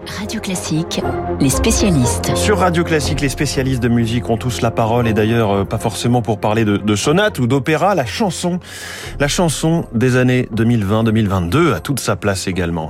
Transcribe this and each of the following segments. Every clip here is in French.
Radio Classique, les spécialistes. Sur Radio Classique, les spécialistes de musique ont tous la parole, et d'ailleurs pas forcément pour parler de sonate ou d'opéra. La chanson des années 2020-2022 a toute sa place également.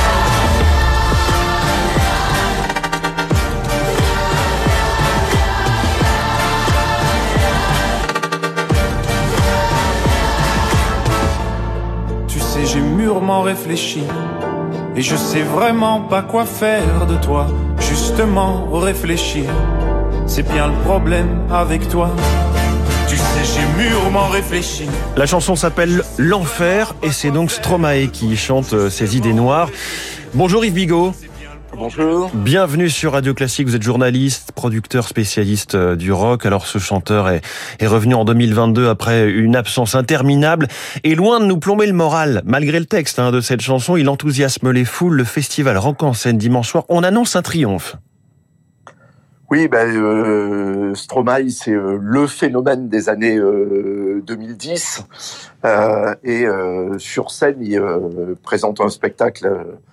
Tu sais, j'ai mûrement réfléchi et je sais vraiment pas quoi faire de toi. Justement, réfléchir, c'est bien le problème avec toi. Tu sais, j'ai mûrement réfléchi. La chanson s'appelle L'Enfer et c'est donc Stromae qui chante ses idées noires. Bonjour Yves Bigot. Bonjour. Bienvenue sur Radio Classique. Vous êtes journaliste, producteur spécialiste du rock. Alors ce chanteur est revenu en 2022 après une absence interminable. Et loin de nous plomber le moral, malgré le texte de cette chanson, il enthousiasme les foules. Le festival Rock en scène dimanche soir. On annonce un triomphe. Oui, Stromae, c'est le phénomène des années 2010. Et sur scène, il présente un spectacle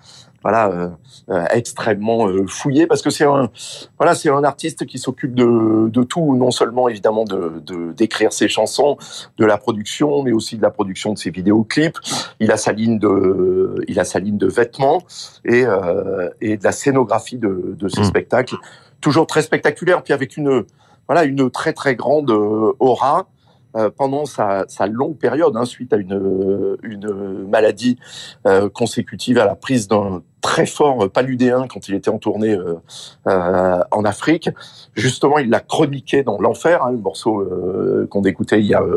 extrêmement fouillé, parce que c'est un artiste qui s'occupe de tout, non seulement évidemment d'écrire ses chansons, de la production, mais aussi de la production de ses vidéoclips. Il a sa ligne de vêtements et de la scénographie de ses spectacles, toujours très spectaculaire, puis avec une très très grande aura. Pendant sa longue période, suite à une maladie consécutive à la prise d'un très fort paludéen quand il était en tournée en Afrique. Justement, il l'a chroniqué dans L'Enfer, le morceau qu'on écoutait il y a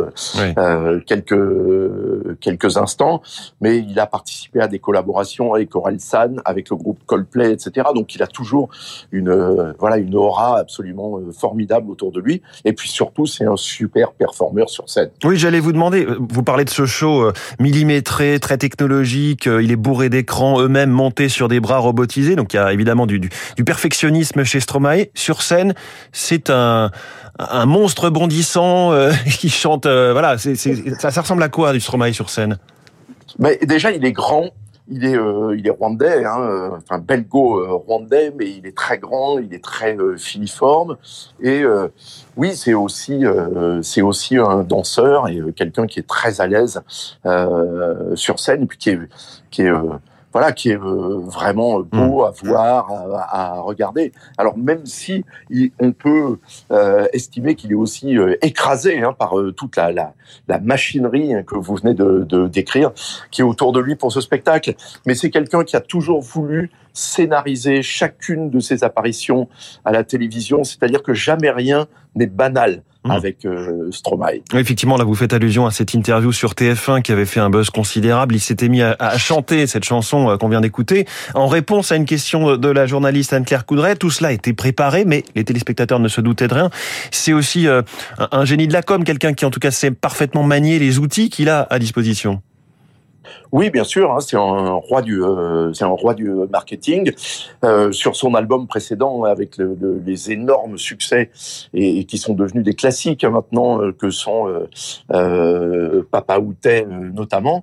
quelques instants. Mais il a participé à des collaborations avec Orelsan, avec le groupe Coldplay, etc. Donc, il a toujours une aura absolument formidable autour de lui. Et puis surtout, c'est un super performeur sur scène. Oui, j'allais vous demander, vous parlez de ce show millimétré, très technologique, il est bourré d'écrans eux-mêmes montés sur des bras robotisés, donc il y a évidemment du perfectionnisme chez Stromae. Sur scène, c'est un monstre bondissant qui chante, ça ressemble à quoi du Stromae sur scène? Mais déjà, il est grand. Il est rwandais, belgo-rwandais, mais il est très grand, il est très filiforme. Et oui, c'est aussi un danseur et quelqu'un qui est très à l'aise sur scène, et puis qui est vraiment beau à voir, à regarder. Alors même si on peut estimer qu'il est aussi écrasé par toute la machinerie que vous venez de décrire, qui est autour de lui pour ce spectacle. Mais c'est quelqu'un qui a toujours voulu scénariser chacune de ses apparitions à la télévision, c'est-à-dire que jamais rien n'est banal avec Stromae. Effectivement, là, vous faites allusion à cette interview sur TF1 qui avait fait un buzz considérable. Il s'était mis à chanter cette chanson qu'on vient d'écouter en réponse à une question de la journaliste Anne-Claire Coudray. Tout cela était préparé, mais les téléspectateurs ne se doutaient de rien. C'est aussi un génie de la com, quelqu'un qui, en tout cas, sait parfaitement manier les outils qu'il a à disposition. Oui, bien sûr, c'est un roi du marketing. Sur son album précédent, avec les énormes succès et qui sont devenus des classiques maintenant, que sont Papa Outé notamment.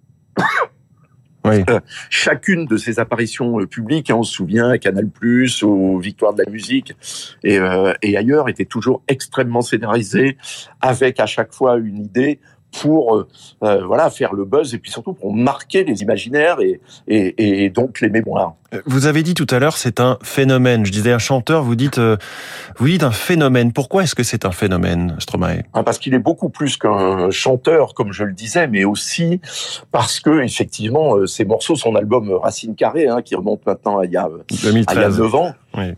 Oui. Chacune de ses apparitions publiques, on se souvient, à Canal+, aux Victoires de la musique et ailleurs, était toujours extrêmement scénarisée, avec à chaque fois une idée pour faire le buzz, et puis surtout pour marquer les imaginaires et donc les mémoires. Vous avez dit tout à l'heure, c'est un phénomène. Je disais un chanteur, vous dites un phénomène. Pourquoi est-ce que c'est un phénomène, Stromae? Parce qu'il est beaucoup plus qu'un chanteur, comme je le disais, mais aussi parce que, effectivement, ces morceaux, son album Racine Carrée, qui remonte maintenant à il y a 9 ans, oui.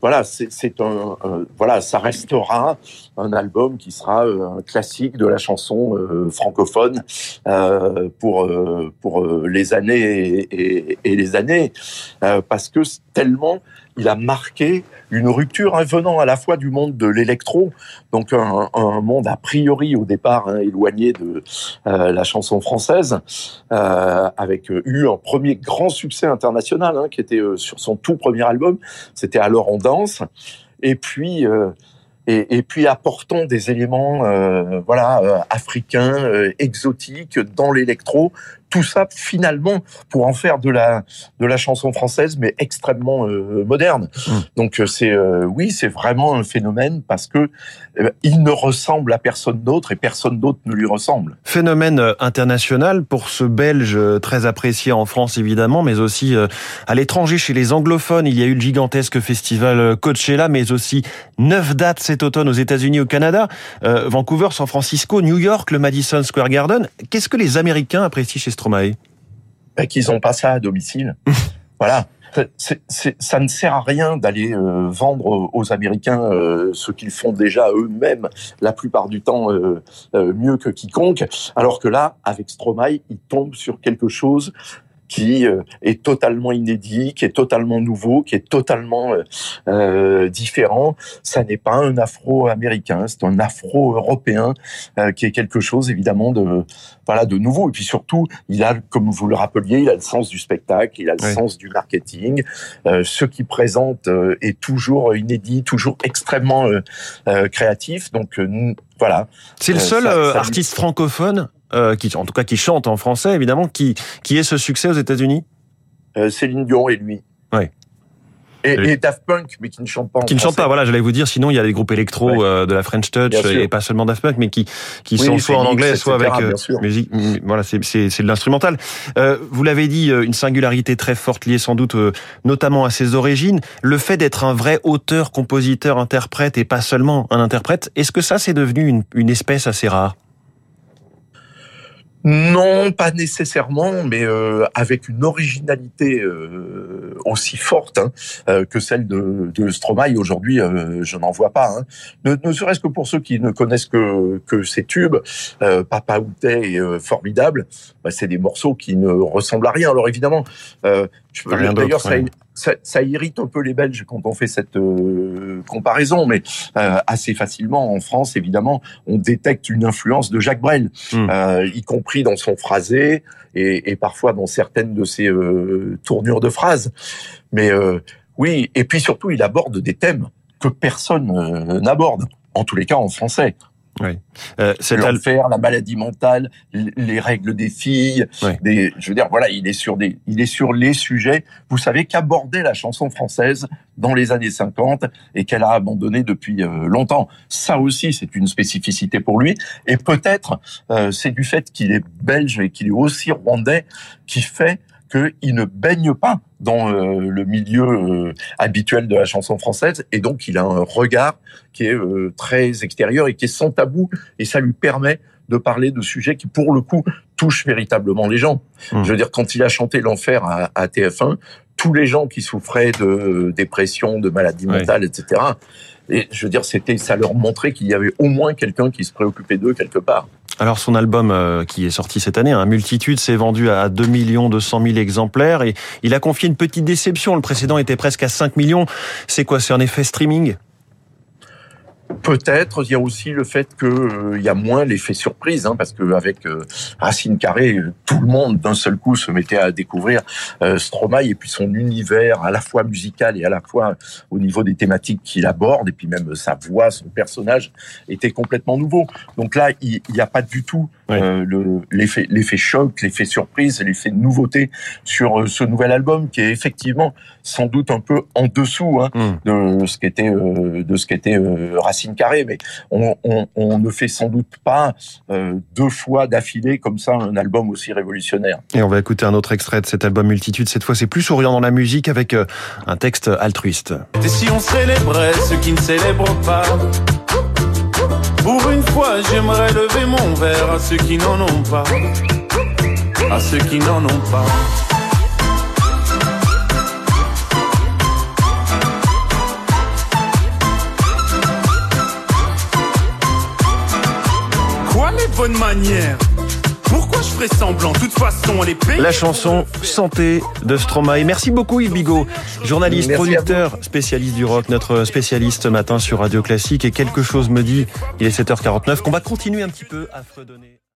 Ça restera un album qui sera un classique de la chanson francophone pour les années et les années, parce que tellement il a marqué une rupture venant à la fois du monde de l'électro, donc un monde a priori au départ éloigné de la chanson française, avec eu un premier grand succès international qui était sur son tout premier album, c'était Alors on danse, et puis apportant des éléments africains, exotiques dans l'électro, tout ça finalement pour en faire de la chanson française, mais extrêmement moderne. Donc c'est vraiment un phénomène parce que il ne ressemble à personne d'autre et personne d'autre ne lui ressemble. Phénomène international pour ce Belge très apprécié en France évidemment, mais aussi à l'étranger chez les anglophones. Il y a eu le gigantesque festival Coachella, mais aussi 9 dates cet automne aux États-Unis, au Canada, Vancouver, San Francisco, New York, le Madison Square Garden. Qu'est-ce que les Américains apprécient chez Stromae ? Qu'ils n'ont pas ça à domicile. Voilà. Ça ne sert à rien d'aller vendre aux Américains ce qu'ils font déjà eux-mêmes la plupart du temps mieux que quiconque, alors que là, avec Stromae, ils tombent sur quelque chose qui est totalement inédit, qui est totalement nouveau, qui est totalement différent. Ça n'est pas un afro-américain, c'est un afro-européen qui est quelque chose évidemment de nouveau. Et puis surtout, il a, comme vous le rappeliez, il a le sens du spectacle, il a le sens du marketing. Ce qu'il présente est toujours inédit, toujours extrêmement créatif. Donc voilà. C'est le seul artiste francophone qui chante en français, évidemment, qui ait ce succès aux États-Unis. Céline Dion et lui. Ouais. Et Daft Punk, mais qui ne chante pas en français. Qui ne chante pas, voilà, j'allais vous dire, sinon il y a des groupes électro de la French Touch, et pas seulement Daft Punk, mais qui sont soit en anglais, soit avec musique. Voilà, c'est de l'instrumental. Vous l'avez dit, une singularité très forte liée sans doute notamment à ses origines. Le fait d'être un vrai auteur, compositeur, interprète, et pas seulement un interprète, est-ce que ça c'est devenu une espèce assez rare ? Non, pas nécessairement, mais avec une originalité aussi forte que celle de Stromae. Aujourd'hui, je n'en vois pas. Ne serait-ce que pour ceux qui ne connaissent que ces tubes, Papa Outé est formidable. C'est des morceaux qui ne ressemblent à rien. Alors évidemment, d'ailleurs, ça irrite un peu les Belges quand on fait cette comparaison, mais assez facilement en France, évidemment, on détecte une influence de Jacques Brel, y compris dans son phrasé et parfois dans certaines de ses tournures de phrases. Mais oui, et puis surtout, il aborde des thèmes que personne n'aborde, en tous les cas en français. Oui. L'enfer, la maladie mentale, les règles des filles, je veux dire, voilà, il est sur les sujets, vous savez, qu'abordait la chanson française dans les années 50 et qu'elle a abandonné depuis longtemps. Ça aussi, c'est une spécificité pour lui. Et peut-être, c'est du fait qu'il est belge et qu'il est aussi rwandais qui fait qu'il ne baigne pas dans le milieu habituel de la chanson française, et donc il a un regard qui est très extérieur et qui est sans tabou, et ça lui permet de parler de sujets qui, pour le coup, touchent véritablement les gens. Je veux dire, quand il a chanté l'enfer à TF1, tous les gens qui souffraient de dépression, de maladie mentale, etc., et je veux dire, ça leur montrait qu'il y avait au moins quelqu'un qui se préoccupait d'eux quelque part. Alors son album qui est sorti cette année, Multitude, s'est vendu à 2 200 000 exemplaires et il a confié une petite déception. Le précédent était presque à 5 millions. C'est quoi, c'est un effet streaming ? Peut-être, il y a aussi le fait que il y a moins l'effet surprise, parce que avec Racine Carrée, tout le monde d'un seul coup se mettait à découvrir Stromae et puis son univers à la fois musical et à la fois au niveau des thématiques qu'il aborde, et puis même sa voix, son personnage était complètement nouveau. Donc là, il n'y a pas du tout l'effet choc, l'effet surprise, l'effet nouveauté sur ce nouvel album qui est effectivement sans doute un peu en dessous de ce qu'était Racine Carrée, mais on ne fait sans doute pas 2 fois d'affilée comme ça un album aussi révolutionnaire. Et on va écouter un autre extrait de cet album Multitude. Cette fois, c'est plus souriant dans la musique avec un texte altruiste. Et si on célébrait ceux qui ne célèbrent pas? Pour une fois, j'aimerais lever mon verre à ceux qui n'en ont pas. À ceux qui n'en ont pas. Bonne manière. Pourquoi je ferais semblant? De toute façon, on les paye. La chanson Santé de Stromae. Merci beaucoup Yves Bigot, journaliste, producteur, spécialiste du rock, notre spécialiste ce matin sur Radio Classique. Et quelque chose me dit, il est 7h49, qu'on va continuer un petit peu à fredonner.